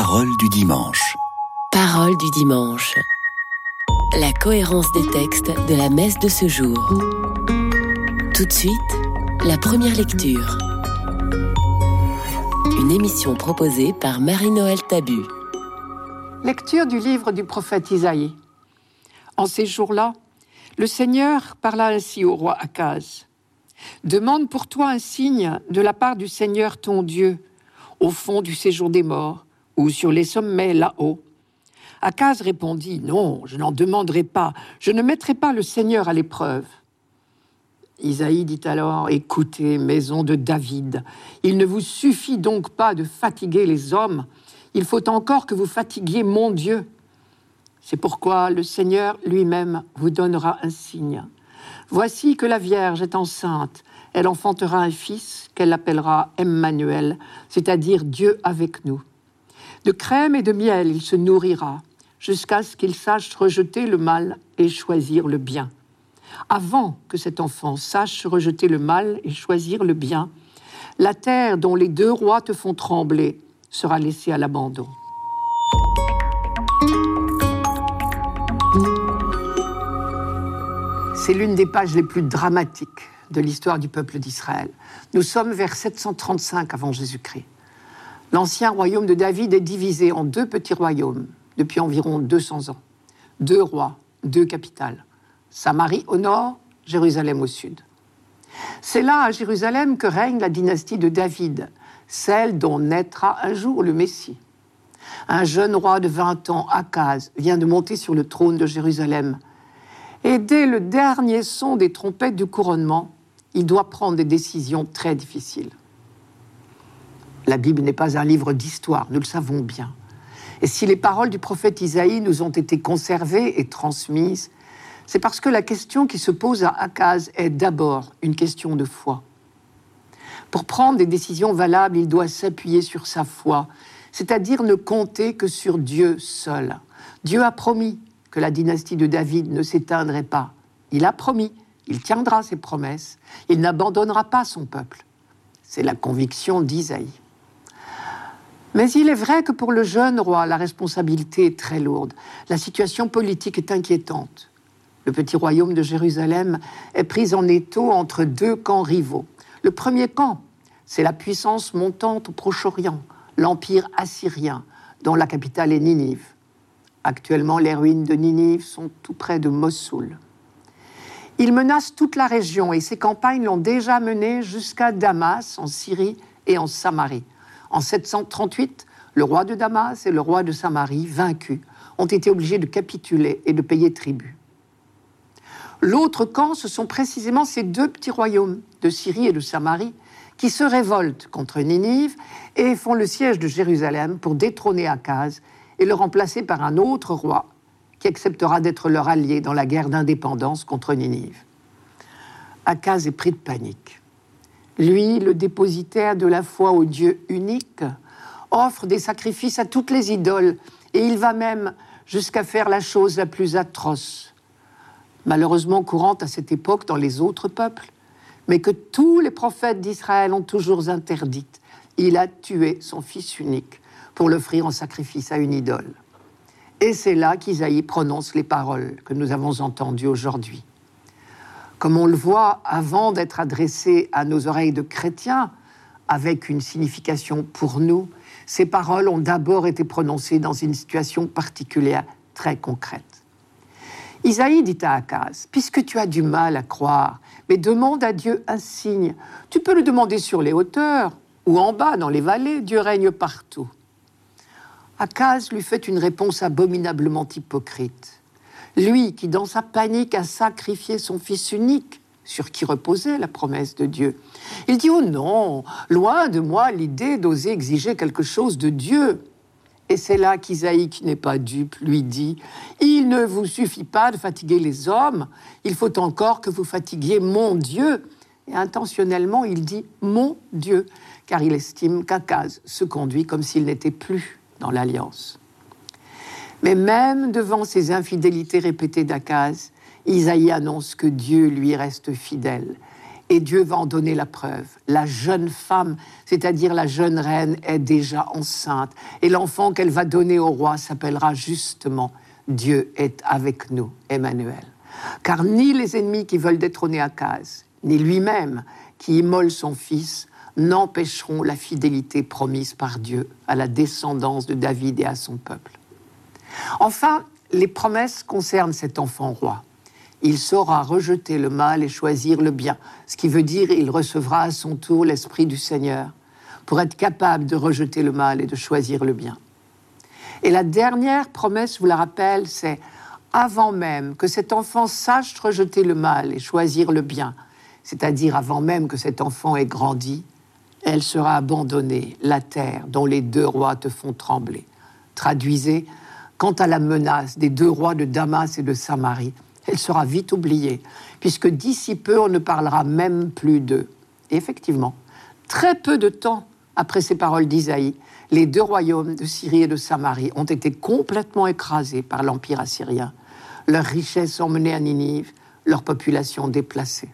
Parole du dimanche. Parole du dimanche. La cohérence des textes de la messe de ce jour. Tout de suite, la première lecture. Une émission proposée par Marie-Noël Tabu. Lecture du livre du prophète Isaïe. En ces jours-là, le Seigneur parla ainsi au roi Akaz. « Demande pour toi un signe de la part du Seigneur ton Dieu, au fond du séjour des morts, ou sur les sommets là-haut. » Akaz répondit « Non, je n'en demanderai pas, je ne mettrai pas le Seigneur à l'épreuve. » Isaïe dit alors « Écoutez, maison de David, il ne vous suffit donc pas de fatiguer les hommes, il faut encore que vous fatiguiez mon Dieu. C'est pourquoi le Seigneur lui-même vous donnera un signe. Voici que la Vierge est enceinte, elle enfantera un fils qu'elle appellera Emmanuel, c'est-à-dire Dieu avec nous. De crème et de miel il se nourrira, jusqu'à ce qu'il sache rejeter le mal et choisir le bien. Avant que cet enfant sache rejeter le mal et choisir le bien, la terre dont les deux rois te font trembler sera laissée à l'abandon. C'est l'une des pages les plus dramatiques de l'histoire du peuple d'Israël. Nous sommes vers 735 avant Jésus-Christ. L'ancien royaume de David est divisé en deux petits royaumes depuis environ 200 ans. 2 rois, 2 capitales. Samarie au nord, Jérusalem au sud. C'est là, à Jérusalem, que règne la dynastie de David, celle dont naîtra un jour le Messie. Un jeune roi de 20 ans, Akaz, vient de monter sur le trône de Jérusalem. Et dès le dernier son des trompettes du couronnement, il doit prendre des décisions très difficiles. La Bible n'est pas un livre d'histoire, nous le savons bien. Et si les paroles du prophète Isaïe nous ont été conservées et transmises, c'est parce que la question qui se pose à Akaz est d'abord une question de foi. Pour prendre des décisions valables, il doit s'appuyer sur sa foi, c'est-à-dire ne compter que sur Dieu seul. Dieu a promis que la dynastie de David ne s'éteindrait pas. Il a promis, il tiendra ses promesses, il n'abandonnera pas son peuple. C'est la conviction d'Isaïe. Mais il est vrai que pour le jeune roi, la responsabilité est très lourde. La situation politique est inquiétante. Le petit royaume de Jérusalem est pris en étau entre 2 camps rivaux. Le premier camp, c'est la puissance montante au Proche-Orient, l'empire assyrien, dont la capitale est Ninive. Actuellement, les ruines de Ninive sont tout près de Mossoul. Il menace toute la région et ses campagnes l'ont déjà mené jusqu'à Damas, en Syrie et en Samarie. En 738, le roi de Damas et le roi de Samarie, vaincus, ont été obligés de capituler et de payer tribut. L'autre camp, ce sont précisément ces 2 petits royaumes de Syrie et de Samarie qui se révoltent contre Ninive et font le siège de Jérusalem pour détrôner Akaz et le remplacer par un autre roi qui acceptera d'être leur allié dans la guerre d'indépendance contre Ninive. Akaz est pris de panique. Lui, le dépositaire de la foi au Dieu unique, offre des sacrifices à toutes les idoles et il va même jusqu'à faire la chose la plus atroce, malheureusement courante à cette époque dans les autres peuples, mais que tous les prophètes d'Israël ont toujours interdite. Il a tué son fils unique pour l'offrir en sacrifice à une idole. Et c'est là qu'Isaïe prononce les paroles que nous avons entendues aujourd'hui. Comme on le voit, avant d'être adressé à nos oreilles de chrétiens, avec une signification pour nous, ces paroles ont d'abord été prononcées dans une situation particulière, très concrète. Isaïe dit à Akaz, « Puisque tu as du mal à croire, mais demande à Dieu un signe. Tu peux le demander sur les hauteurs ou en bas, dans les vallées, Dieu règne partout. » Akaz lui fait une réponse abominablement hypocrite. Lui qui, dans sa panique, a sacrifié son fils unique, sur qui reposait la promesse de Dieu. Il dit « Oh non, loin de moi l'idée d'oser exiger quelque chose de Dieu. » Et c'est là qu'Isaïe, qui n'est pas dupe, lui dit « Il ne vous suffit pas de fatiguer les hommes, il faut encore que vous fatiguiez mon Dieu. » Et intentionnellement, il dit « mon Dieu », car il estime qu'Akaz se conduit comme s'il n'était plus dans l'alliance. Mais même devant ces infidélités répétées d'Akaz, Isaïe annonce que Dieu lui reste fidèle. Et Dieu va en donner la preuve. La jeune femme, c'est-à-dire la jeune reine, est déjà enceinte. Et l'enfant qu'elle va donner au roi s'appellera justement « Dieu est avec nous, Emmanuel ». Car ni les ennemis qui veulent détrôner Akaz, ni lui-même qui immole son fils, n'empêcheront la fidélité promise par Dieu à la descendance de David et à son peuple. Enfin, les promesses concernent cet enfant roi. Il saura rejeter le mal et choisir le bien, ce qui veut dire qu'il recevra à son tour l'Esprit du Seigneur pour être capable de rejeter le mal et de choisir le bien. Et la dernière promesse, je vous la rappelle, c'est avant même que cet enfant sache rejeter le mal et choisir le bien, c'est-à-dire avant même que cet enfant ait grandi, elle sera abandonnée, la terre dont les 2 rois te font trembler. Traduisez, quant à la menace des 2 rois de Damas et de Samarie, elle sera vite oubliée, puisque d'ici peu, on ne parlera même plus d'eux. Et effectivement, très peu de temps après ces paroles d'Isaïe, les 2 royaumes de Syrie et de Samarie ont été complètement écrasés par l'Empire assyrien, leurs richesses emmenées à Ninive, leur population déplacée.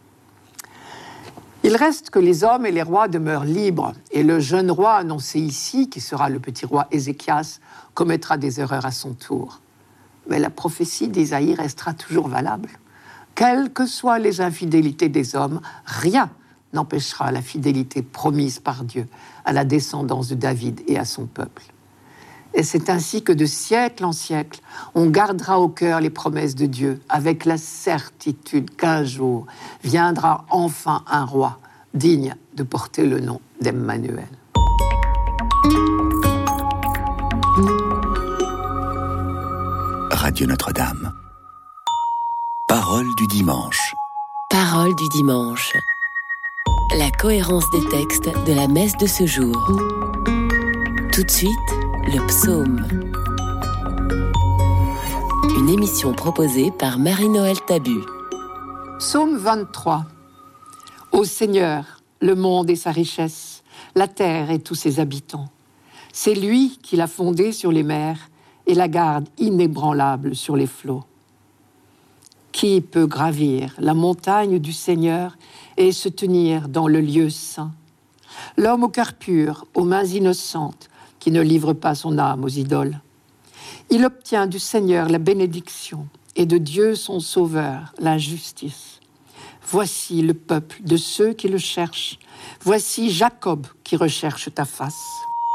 Il reste que les hommes et les rois demeurent libres, et le jeune roi annoncé ici, qui sera le petit roi Ézéchias, commettra des erreurs à son tour. Mais la prophétie d'Isaïe restera toujours valable. Quelles que soient les infidélités des hommes, rien n'empêchera la fidélité promise par Dieu à la descendance de David et à son peuple. Et c'est ainsi que de siècle en siècle, on gardera au cœur les promesses de Dieu avec la certitude qu'un jour viendra enfin un roi digne de porter le nom d'Emmanuel. Radio Notre-Dame. Parole du dimanche. Parole du dimanche. La cohérence des textes de la messe de ce jour. Tout de suite, le psaume. Une émission proposée par Marie-Noël Tabu. Psaume 23. Ô Seigneur, le monde et sa richesse, la terre et tous ses habitants. C'est lui qui l'a fondée sur les mers et la garde inébranlable sur les flots. Qui peut gravir la montagne du Seigneur et se tenir dans le lieu saint? L'homme au cœur pur, aux mains innocentes, qui ne livre pas son âme aux idoles. Il obtient du Seigneur la bénédiction et de Dieu son Sauveur la justice. Voici le peuple de ceux qui le cherchent. Voici Jacob qui recherche ta face.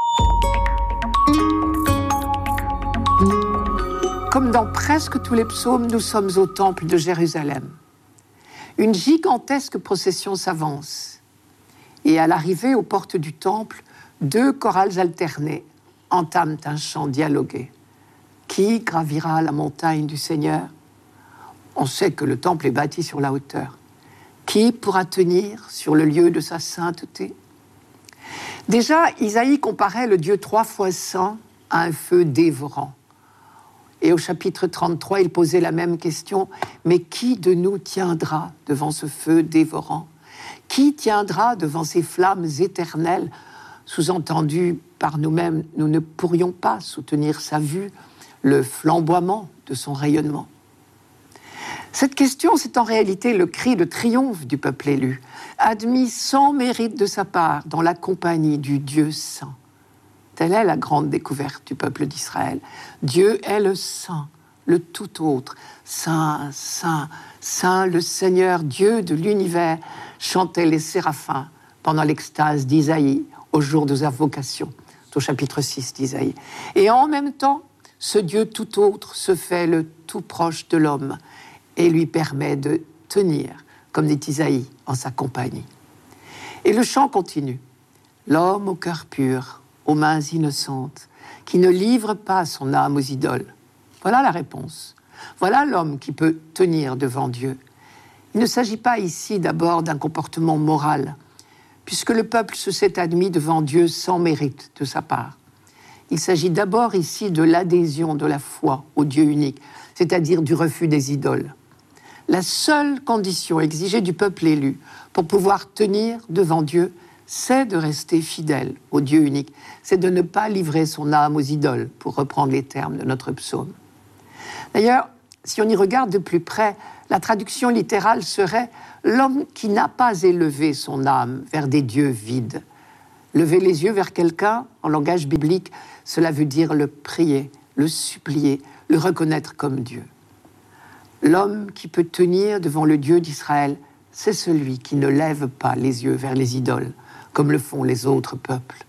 Comme dans presque tous les psaumes, nous sommes au temple de Jérusalem. Une gigantesque procession s'avance. Et à l'arrivée aux portes du temple, 2 chorales alternées entament un chant dialogué. Qui gravira la montagne du Seigneur? On sait que le temple est bâti sur la hauteur. Qui pourra tenir sur le lieu de sa sainteté? Déjà, Isaïe comparait le Dieu 3 fois saint à un feu dévorant. Et au chapitre 33, il posait la même question. Mais qui de nous tiendra devant ce feu dévorant? Qui tiendra devant ces flammes éternelles? Sous-entendu par nous-mêmes, nous ne pourrions pas soutenir sa vue, le flamboiement de son rayonnement. Cette question, c'est en réalité le cri de triomphe du peuple élu, admis sans mérite de sa part dans la compagnie du Dieu saint. Telle est la grande découverte du peuple d'Israël. Dieu est le saint, le tout autre. Saint, saint, saint, le Seigneur, Dieu de l'univers, chantaient les séraphins pendant l'extase d'Isaïe au jour de sa vocation, au chapitre 6 d'Isaïe. Et en même temps, ce Dieu tout autre se fait le tout proche de l'homme et lui permet de tenir, comme dit Isaïe, en sa compagnie. Et le chant continue. L'homme au cœur pur, aux mains innocentes, qui ne livre pas son âme aux idoles. Voilà la réponse. Voilà l'homme qui peut tenir devant Dieu. Il ne s'agit pas ici d'abord d'un comportement moral, puisque le peuple se s'est admis devant Dieu sans mérite de sa part. Il s'agit d'abord ici de l'adhésion de la foi au Dieu unique, c'est-à-dire du refus des idoles. La seule condition exigée du peuple élu pour pouvoir tenir devant Dieu, c'est de rester fidèle au Dieu unique, c'est de ne pas livrer son âme aux idoles, pour reprendre les termes de notre psaume. D'ailleurs, si on y regarde de plus près, la traduction littérale serait « l'homme qui n'a pas élevé son âme vers des dieux vides ». Lever les yeux vers quelqu'un, en langage biblique, cela veut dire le prier, le supplier, le reconnaître comme Dieu. L'homme qui peut tenir devant le Dieu d'Israël, c'est celui qui ne lève pas les yeux vers les idoles, comme le font les autres peuples.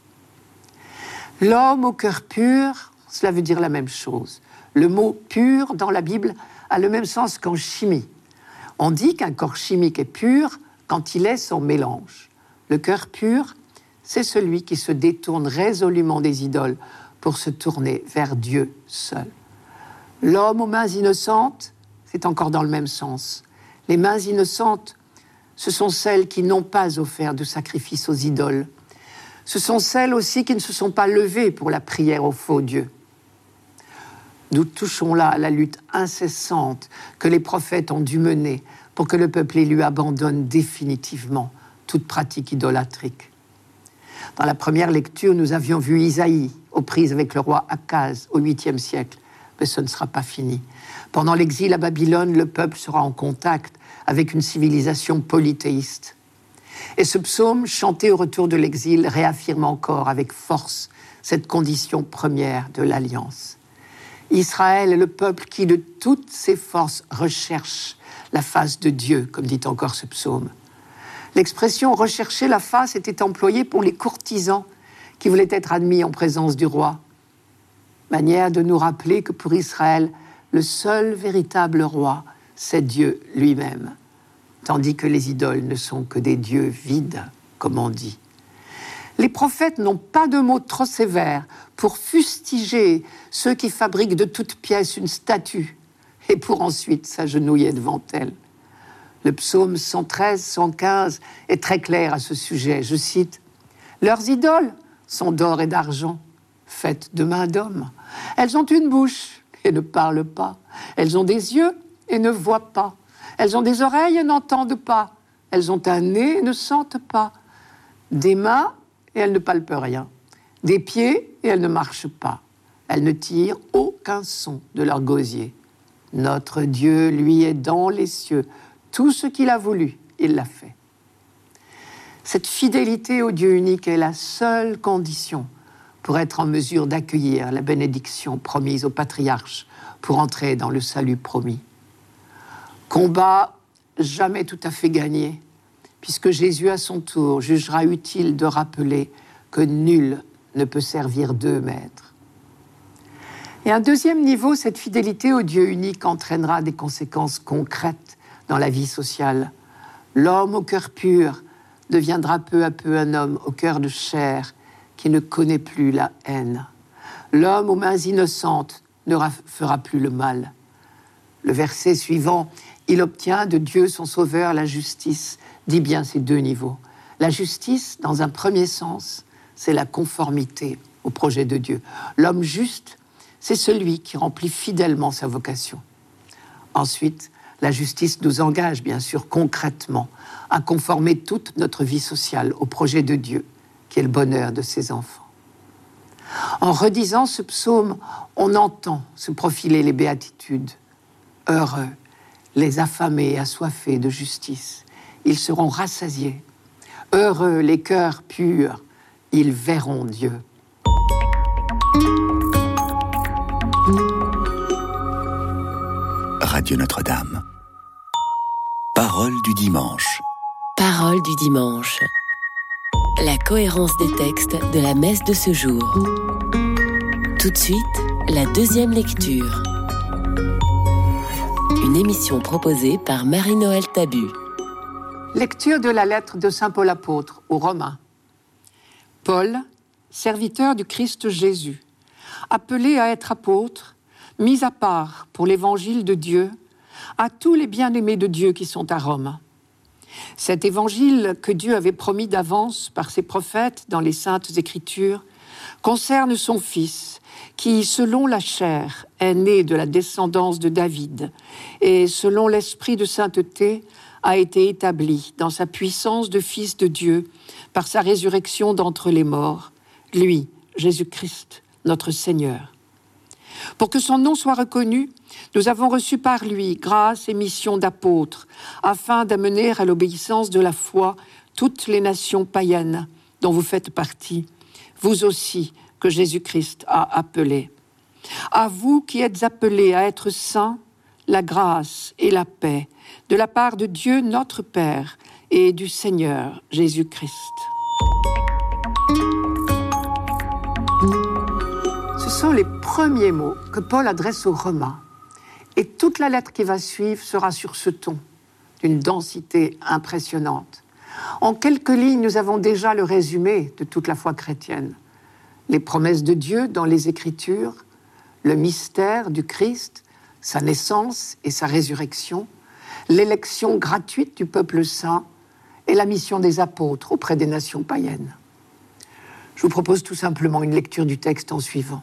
L'homme au cœur pur, cela veut dire la même chose. Le mot « pur » dans la Bible a le même sens qu'en chimie. On dit qu'un corps chimique est pur quand il est sans mélange. Le cœur pur, c'est celui qui se détourne résolument des idoles pour se tourner vers Dieu seul. L'homme aux mains innocentes, c'est encore dans le même sens. Les mains innocentes, ce sont celles qui n'ont pas offert de sacrifice aux idoles. Ce sont celles aussi qui ne se sont pas levées pour la prière aux faux dieux. Nous touchons là à la lutte incessante que les prophètes ont dû mener pour que le peuple élu abandonne définitivement toute pratique idolâtrique. Dans la première lecture, nous avions vu Isaïe aux prises avec le roi Akaz au 8e siècle. Mais ce ne sera pas fini. Pendant l'exil à Babylone, le peuple sera en contact avec une civilisation polythéiste. Et ce psaume, chanté au retour de l'exil, réaffirme encore avec force cette condition première de l'alliance. Israël est le peuple qui, de toutes ses forces, recherche la face de Dieu, comme dit encore ce psaume. L'expression « rechercher la face » était employée pour les courtisans qui voulaient être admis en présence du roi. Manière de nous rappeler que pour Israël, le seul véritable roi, c'est Dieu lui-même, tandis que les idoles ne sont que des dieux vides, comme on dit. Les prophètes n'ont pas de mots trop sévères pour fustiger ceux qui fabriquent de toutes pièces une statue et pour ensuite s'agenouiller devant elle. Le psaume 113-115 est très clair à ce sujet. Je cite « Leurs idoles sont d'or et d'argent, faites de mains d'hommes. Elles ont une bouche et ne parlent pas. Elles ont des yeux et ne voient pas. Elles ont des oreilles et n'entendent pas. Elles ont un nez et ne sentent pas. Des mains et elles ne palpent rien. Des pieds et elles ne marchent pas. Elles ne tirent aucun son de leur gosier. Notre Dieu, lui, est dans les cieux. Tout ce qu'il a voulu, il l'a fait. » Cette fidélité au Dieu unique est la seule condition pour être en mesure d'accueillir la bénédiction promise aux patriarches pour entrer dans le salut promis. Combat jamais tout à fait gagné, puisque Jésus à son tour jugera utile de rappeler que nul ne peut servir deux maîtres. Et à un deuxième niveau, cette fidélité au Dieu unique entraînera des conséquences concrètes dans la vie sociale. L'homme au cœur pur deviendra peu à peu un homme au cœur de chair qui ne connaît plus la haine. L'homme aux mains innocentes ne fera plus le mal. Le verset suivant, il obtient de Dieu son sauveur la justice, dit bien ces deux niveaux. La justice, dans un premier sens, c'est la conformité au projet de Dieu. L'homme juste, c'est celui qui remplit fidèlement sa vocation. Ensuite, la justice nous engage, bien sûr, concrètement, à conformer toute notre vie sociale au projet de Dieu, qui est le bonheur de ses enfants. En redisant ce psaume, on entend se profiler les béatitudes. Heureux les affamés et assoiffés de justice, ils seront rassasiés. Heureux les cœurs purs, ils verront Dieu. Radio Notre-Dame. Parole du dimanche. Parole du dimanche. La cohérence des textes de la messe de ce jour. Tout de suite, la deuxième lecture. Une émission proposée par Marie-Noël Tabu. Lecture de la lettre de saint Paul apôtre aux Romains. Paul, serviteur du Christ Jésus, appelé à être apôtre, mis à part pour l'évangile de Dieu, à tous les bien-aimés de Dieu qui sont à Rome. Cet évangile que Dieu avait promis d'avance par ses prophètes dans les Saintes Écritures concerne son Fils, qui, selon la chair, est né de la descendance de David et, selon l'esprit de sainteté, a été établi dans sa puissance de Fils de Dieu par sa résurrection d'entre les morts, lui, Jésus-Christ, notre Seigneur. Pour que son nom soit reconnu, nous avons reçu par lui grâce et mission d'apôtre, afin d'amener à l'obéissance de la foi toutes les nations païennes dont vous faites partie, vous aussi que Jésus-Christ a appelés. À vous qui êtes appelés à être saints, la grâce et la paix de la part de Dieu notre Père et du Seigneur Jésus-Christ. Ce sont les premiers mots que Paul adresse aux Romains. Et toute la lettre qui va suivre sera sur ce ton, d'une densité impressionnante. En quelques lignes, nous avons déjà le résumé de toute la foi chrétienne. Les promesses de Dieu dans les Écritures, le mystère du Christ, sa naissance et sa résurrection, l'élection gratuite du peuple saint et la mission des apôtres auprès des nations païennes. Je vous propose tout simplement une lecture du texte en suivant.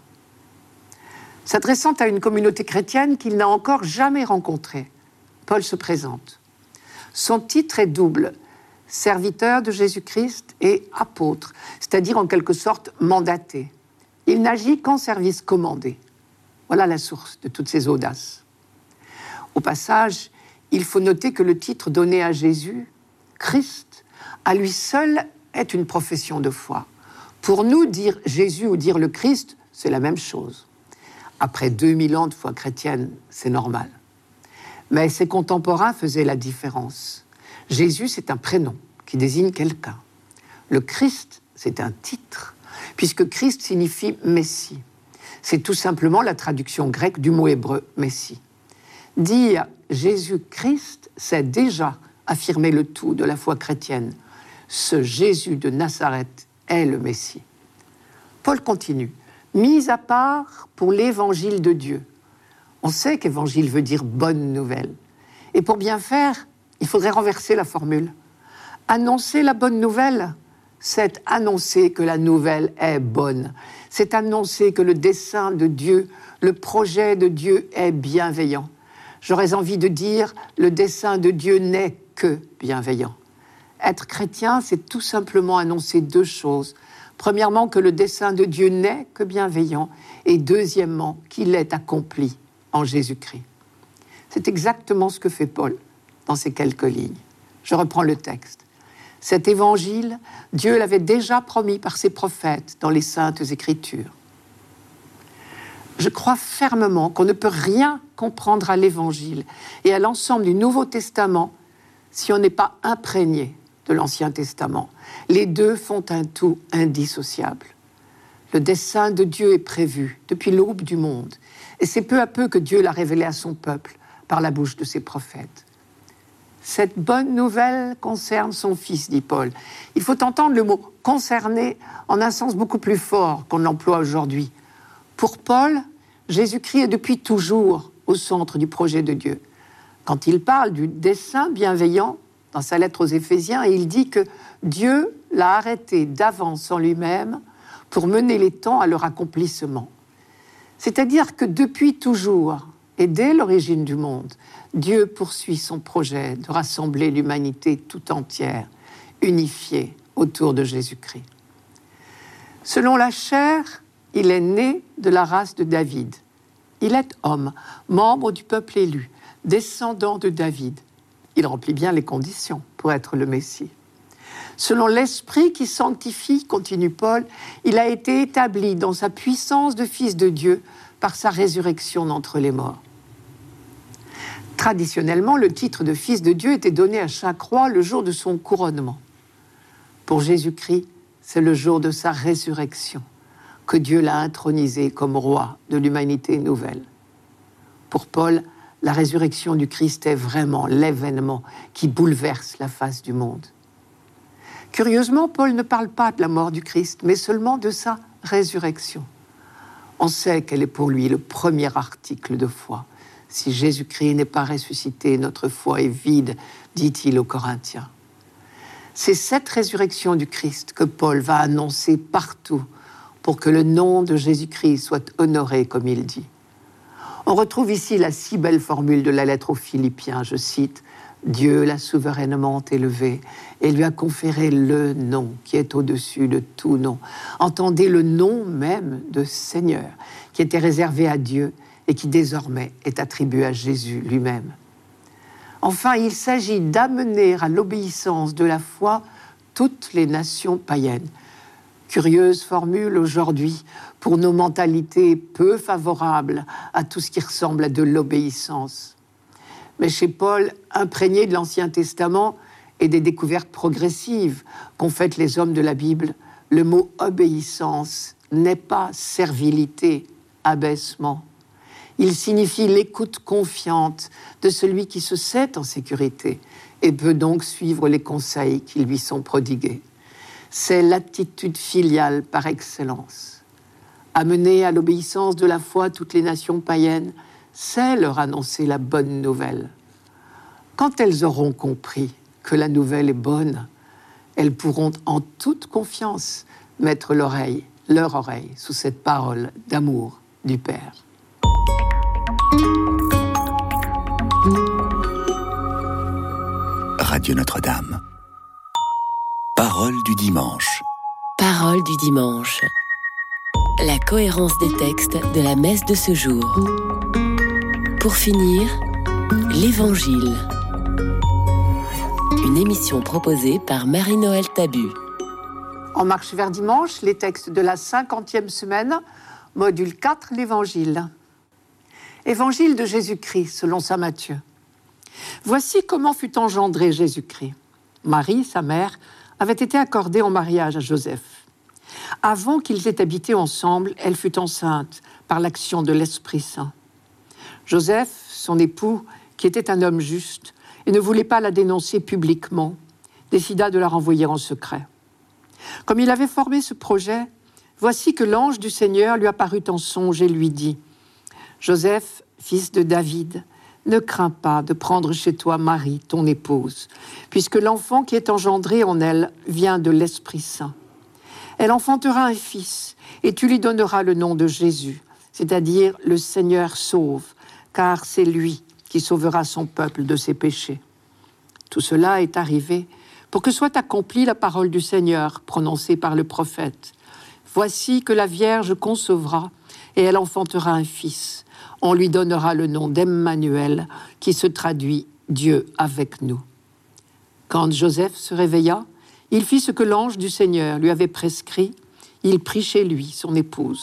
S'adressant à une communauté chrétienne qu'il n'a encore jamais rencontrée, Paul se présente. Son titre est double, serviteur de Jésus-Christ et apôtre, c'est-à-dire en quelque sorte mandaté. Il n'agit qu'en service commandé. Voilà la source de toutes ces audaces. Au passage, il faut noter que le titre donné à Jésus, Christ, à lui seul est une profession de foi. Pour nous, dire Jésus ou dire le Christ, c'est la même chose. Après 2000 ans de foi chrétienne, c'est normal. Mais ses contemporains faisaient la différence. Jésus, c'est un prénom qui désigne quelqu'un. Le Christ, c'est un titre, puisque Christ signifie Messie. C'est tout simplement la traduction grecque du mot hébreu Messie. Dire Jésus-Christ, c'est déjà affirmer le tout de la foi chrétienne. Ce Jésus de Nazareth est le Messie. Paul continue. Mis à part pour l'évangile de Dieu. On sait qu'évangile veut dire bonne nouvelle. Et pour bien faire, il faudrait renverser la formule. Annoncer la bonne nouvelle, c'est annoncer que la nouvelle est bonne. C'est annoncer que le dessein de Dieu, le projet de Dieu est bienveillant. J'aurais envie de dire, le dessein de Dieu n'est que bienveillant. Être chrétien, c'est tout simplement annoncer deux choses. Premièrement, que le dessein de Dieu n'est que bienveillant, et deuxièmement, qu'il est accompli en Jésus-Christ. C'est exactement ce que fait Paul dans ces quelques lignes. Je reprends le texte. Cet évangile, Dieu l'avait déjà promis par ses prophètes dans les Saintes Écritures. Je crois fermement qu'on ne peut rien comprendre à l'évangile et à l'ensemble du Nouveau Testament si on n'est pas imprégné de l'Ancien Testament. Les deux font un tout indissociable. Le dessein de Dieu est prévu depuis l'aube du monde, et c'est peu à peu que Dieu l'a révélé à son peuple par la bouche de ses prophètes. Cette bonne nouvelle concerne son Fils, dit Paul. Il faut entendre le mot « concerner » en un sens beaucoup plus fort qu'on l'emploie aujourd'hui. Pour Paul, Jésus-Christ est depuis toujours au centre du projet de Dieu. Quand il parle du dessein bienveillant, dans sa lettre aux Éphésiens, il dit que Dieu l'a arrêté d'avance en lui-même pour mener les temps à leur accomplissement. C'est-à-dire que depuis toujours, et dès l'origine du monde, Dieu poursuit son projet de rassembler l'humanité tout entière, unifiée autour de Jésus-Christ. Selon la chair, il est né de la race de David. Il est homme, membre du peuple élu, descendant de David. Il remplit bien les conditions pour être le Messie. Selon l'Esprit qui sanctifie, continue Paul, il a été établi dans sa puissance de Fils de Dieu par sa résurrection d'entre les morts. Traditionnellement, le titre de Fils de Dieu était donné à chaque roi le jour de son couronnement. Pour Jésus-Christ, c'est le jour de sa résurrection que Dieu l'a intronisé comme roi de l'humanité nouvelle. Pour Paul, la résurrection du Christ est vraiment l'événement qui bouleverse la face du monde. Curieusement, Paul ne parle pas de la mort du Christ, mais seulement de sa résurrection. On sait qu'elle est pour lui le premier article de foi. Si Jésus-Christ n'est pas ressuscité, notre foi est vide, dit-il aux Corinthiens. C'est cette résurrection du Christ que Paul va annoncer partout pour que le nom de Jésus-Christ soit honoré, comme il dit. On retrouve ici la si belle formule de la lettre aux Philippiens, je cite, « Dieu l'a souverainement élevé et lui a conféré le nom qui est au-dessus de tout nom. Entendez le nom même de Seigneur qui était réservé à Dieu et qui désormais est attribué à Jésus lui-même. Enfin, il s'agit d'amener à l'obéissance de la foi toutes les nations païennes. Curieuse formule aujourd'hui pour nos mentalités peu favorables à tout ce qui ressemble à de l'obéissance. Mais chez Paul, imprégné de l'Ancien Testament et des découvertes progressives qu'ont faites les hommes de la Bible, le mot obéissance n'est pas servilité, abaissement. Il signifie l'écoute confiante de celui qui se sait en sécurité et peut donc suivre les conseils qui lui sont prodigués. C'est l'attitude filiale par excellence. Amener à l'obéissance de la foi toutes les nations païennes, c'est leur annoncer la bonne nouvelle. Quand elles auront compris que la nouvelle est bonne, elles pourront en toute confiance mettre leur oreille sous cette parole d'amour du Père. Radio Notre-Dame. Parole du dimanche. Parole du dimanche. La cohérence des textes de la messe de ce jour. Pour finir, l'Évangile. Une émission proposée par Marie-Noël Tabu. En marche vers dimanche, les textes de la 50e semaine, module 4, l'Évangile. Évangile de Jésus-Christ, selon saint Matthieu. Voici comment fut engendré Jésus-Christ. Marie, sa mère, avait été accordée en mariage à Joseph. Avant qu'ils aient habité ensemble, elle fut enceinte par l'action de l'Esprit Saint. Joseph, son époux, qui était un homme juste et ne voulait pas la dénoncer publiquement, décida de la renvoyer en secret. Comme il avait formé ce projet, voici que l'ange du Seigneur lui apparut en songe et lui dit « Joseph, fils de David, ne crains pas de prendre chez toi Marie, ton épouse, puisque l'enfant qui est engendré en elle vient de l'Esprit Saint. Elle enfantera un fils, et tu lui donneras le nom de Jésus, c'est-à-dire le Seigneur sauve, car c'est lui qui sauvera son peuple de ses péchés. Tout cela est arrivé pour que soit accomplie la parole du Seigneur prononcée par le prophète. Voici que la Vierge concevra et elle enfantera un fils. On lui donnera le nom d'Emmanuel, qui se traduit « Dieu avec nous ». Quand Joseph se réveilla, il fit ce que l'ange du Seigneur lui avait prescrit. Il prit chez lui son épouse.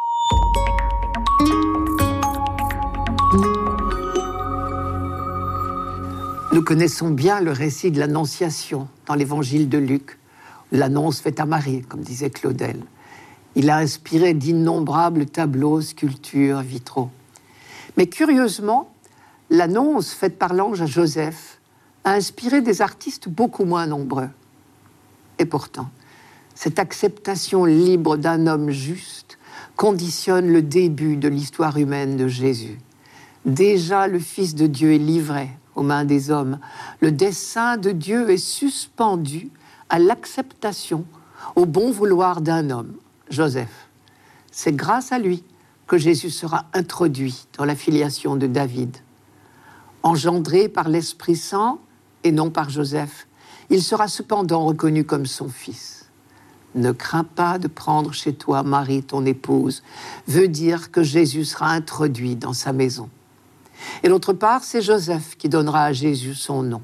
Nous connaissons bien le récit de l'Annonciation dans l'évangile de Luc. L'annonce faite à Marie, comme disait Claudel. Il a inspiré d'innombrables tableaux, sculptures, vitraux. Mais curieusement, l'annonce faite par l'ange à Joseph a inspiré des artistes beaucoup moins nombreux. Et pourtant, cette acceptation libre d'un homme juste conditionne le début de l'histoire humaine de Jésus. Déjà, le Fils de Dieu est livré aux mains des hommes. Le dessein de Dieu est suspendu à l'acceptation, au bon vouloir d'un homme, Joseph. C'est grâce à lui que Jésus sera introduit dans la filiation de David. Engendré par l'Esprit Saint et non par Joseph, il sera cependant reconnu comme son fils. Ne crains pas de prendre chez toi Marie, ton épouse, veut dire que Jésus sera introduit dans sa maison. Et d'autre part, c'est Joseph qui donnera à Jésus son nom.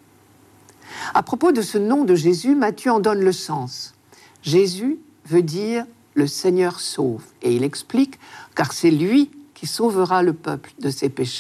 À propos de ce nom de Jésus, Matthieu en donne le sens. Jésus veut dire « le Seigneur sauve ». Et il explique « car c'est lui qui sauvera le peuple de ses péchés ».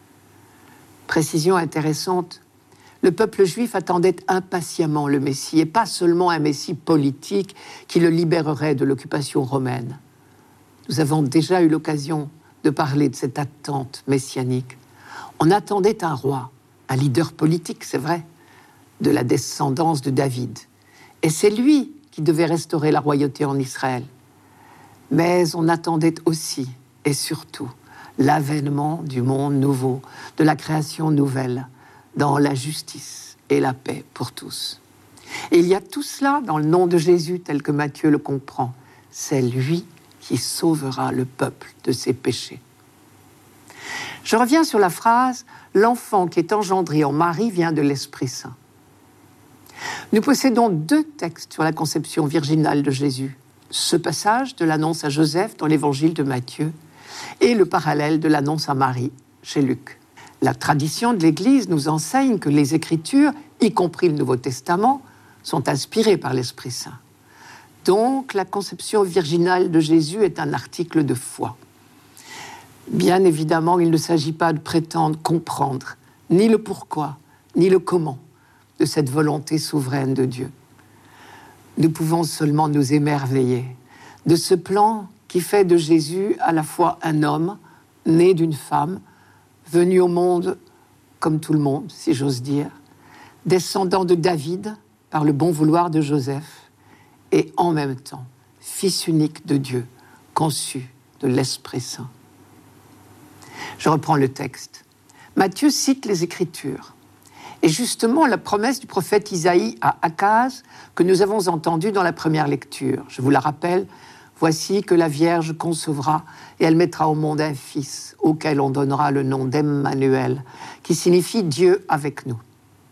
Précision intéressante, le peuple juif attendait impatiemment le Messie, et pas seulement un Messie politique qui le libérerait de l'occupation romaine. Nous avons déjà eu l'occasion de parler de cette attente messianique. On attendait un roi, un leader politique, c'est vrai, de la descendance de David. Et c'est lui qui devait restaurer la royauté en Israël. Mais on attendait aussi, et surtout, l'avènement du monde nouveau, de la création nouvelle, dans la justice et la paix pour tous. Et il y a tout cela dans le nom de Jésus, tel que Matthieu le comprend. C'est lui qui sauvera le peuple de ses péchés. Je reviens sur la phrase « L'enfant qui est engendré en Marie vient de l'Esprit Saint ». Nous possédons 2 textes sur la conception virginale de Jésus. Ce passage de l'annonce à Joseph dans l'évangile de Matthieu et le parallèle de l'annonce à Marie chez Luc. La tradition de l'Église nous enseigne que les Écritures, y compris le Nouveau Testament, sont inspirées par l'Esprit Saint. Donc, la conception virginale de Jésus est un article de foi. Bien évidemment, il ne s'agit pas de prétendre comprendre ni le pourquoi, ni le comment de cette volonté souveraine de Dieu. Nous pouvons seulement nous émerveiller de ce plan qui fait de Jésus à la fois un homme, né d'une femme, venu au monde comme tout le monde, si j'ose dire, descendant de David par le bon vouloir de Joseph, et en même temps, fils unique de Dieu, conçu de l'Esprit Saint. Je reprends le texte. Matthieu cite les Écritures. Et justement, la promesse du prophète Isaïe à Akaz, que nous avons entendue dans la première lecture. Je vous la rappelle, « Voici que la Vierge concevra et elle mettra au monde un fils, auquel on donnera le nom d'Emmanuel, qui signifie Dieu avec nous. »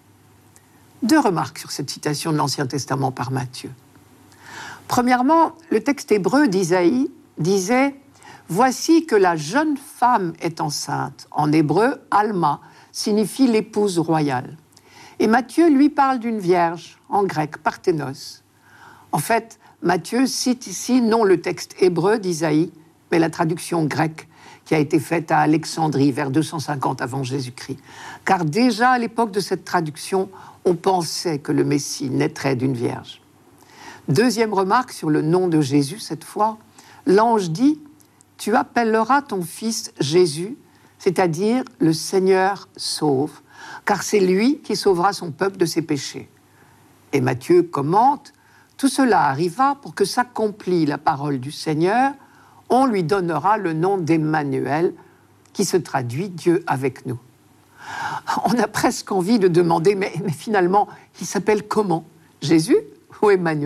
2 remarques sur cette citation de l'Ancien Testament par Matthieu. Premièrement, le texte hébreu d'Isaïe disait « Voici que la jeune femme est enceinte ». En hébreu, « Alma » signifie l'épouse royale. Et Matthieu, lui, parle d'une vierge, en grec, parthénos. En fait, Matthieu cite ici non le texte hébreu d'Isaïe, mais la traduction grecque qui a été faite à Alexandrie vers 250 avant Jésus-Christ. Car déjà à l'époque de cette traduction, on pensait que le Messie naîtrait d'une vierge. Deuxième remarque sur le nom de Jésus, cette fois, l'ange dit « Tu appelleras ton fils Jésus », c'est-à-dire le Seigneur sauve, car c'est lui qui sauvera son peuple de ses péchés. Et Matthieu commente « Tout cela arriva pour que s'accomplisse la parole du Seigneur, on lui donnera le nom d'Emmanuel, qui se traduit Dieu avec nous. » On a presque envie de demander, mais finalement, il s'appelle comment ? Jésus ou Emmanuel ?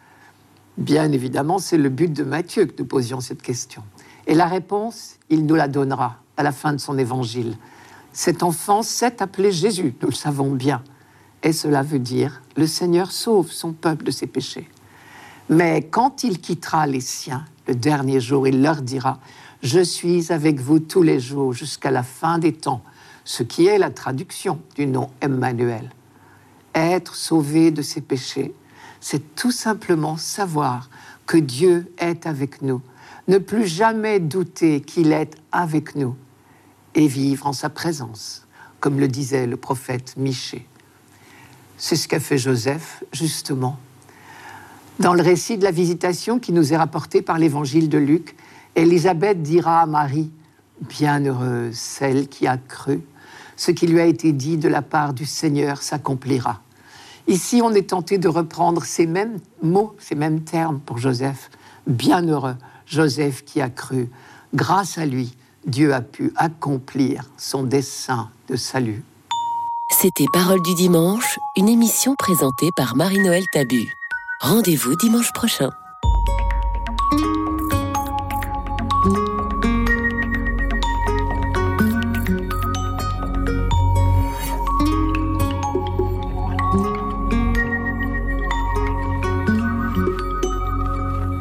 Bien évidemment, c'est le but de Matthieu que nous posions cette question. Et la réponse, il nous la donnera à la fin de son évangile. Cet enfant s'est appelé Jésus, nous le savons bien. Et cela veut dire, le Seigneur sauve son peuple de ses péchés. Mais quand il quittera les siens, le dernier jour, il leur dira « Je suis avec vous tous les jours jusqu'à la fin des temps », ce qui est la traduction du nom Emmanuel. Être sauvé de ses péchés, c'est tout simplement savoir que Dieu est avec nous, ne plus jamais douter qu'il est avec nous et vivre en sa présence, comme le disait le prophète Michée. C'est ce qu'a fait Joseph, justement. Dans le récit de la visitation qui nous est rapporté par l'évangile de Luc, Élisabeth dira à Marie « Bienheureuse celle qui a cru, ce qui lui a été dit de la part du Seigneur s'accomplira. » Ici, on est tenté de reprendre ces mêmes mots, ces mêmes termes pour Joseph. Bienheureux Joseph qui a cru. Grâce à lui, Dieu a pu accomplir son dessein de salut. C'était Parole du dimanche, une émission présentée par Marie-Noël Tabu. Rendez-vous dimanche prochain.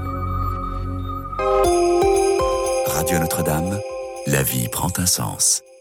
Radio Notre-Dame, la vie prend un sens.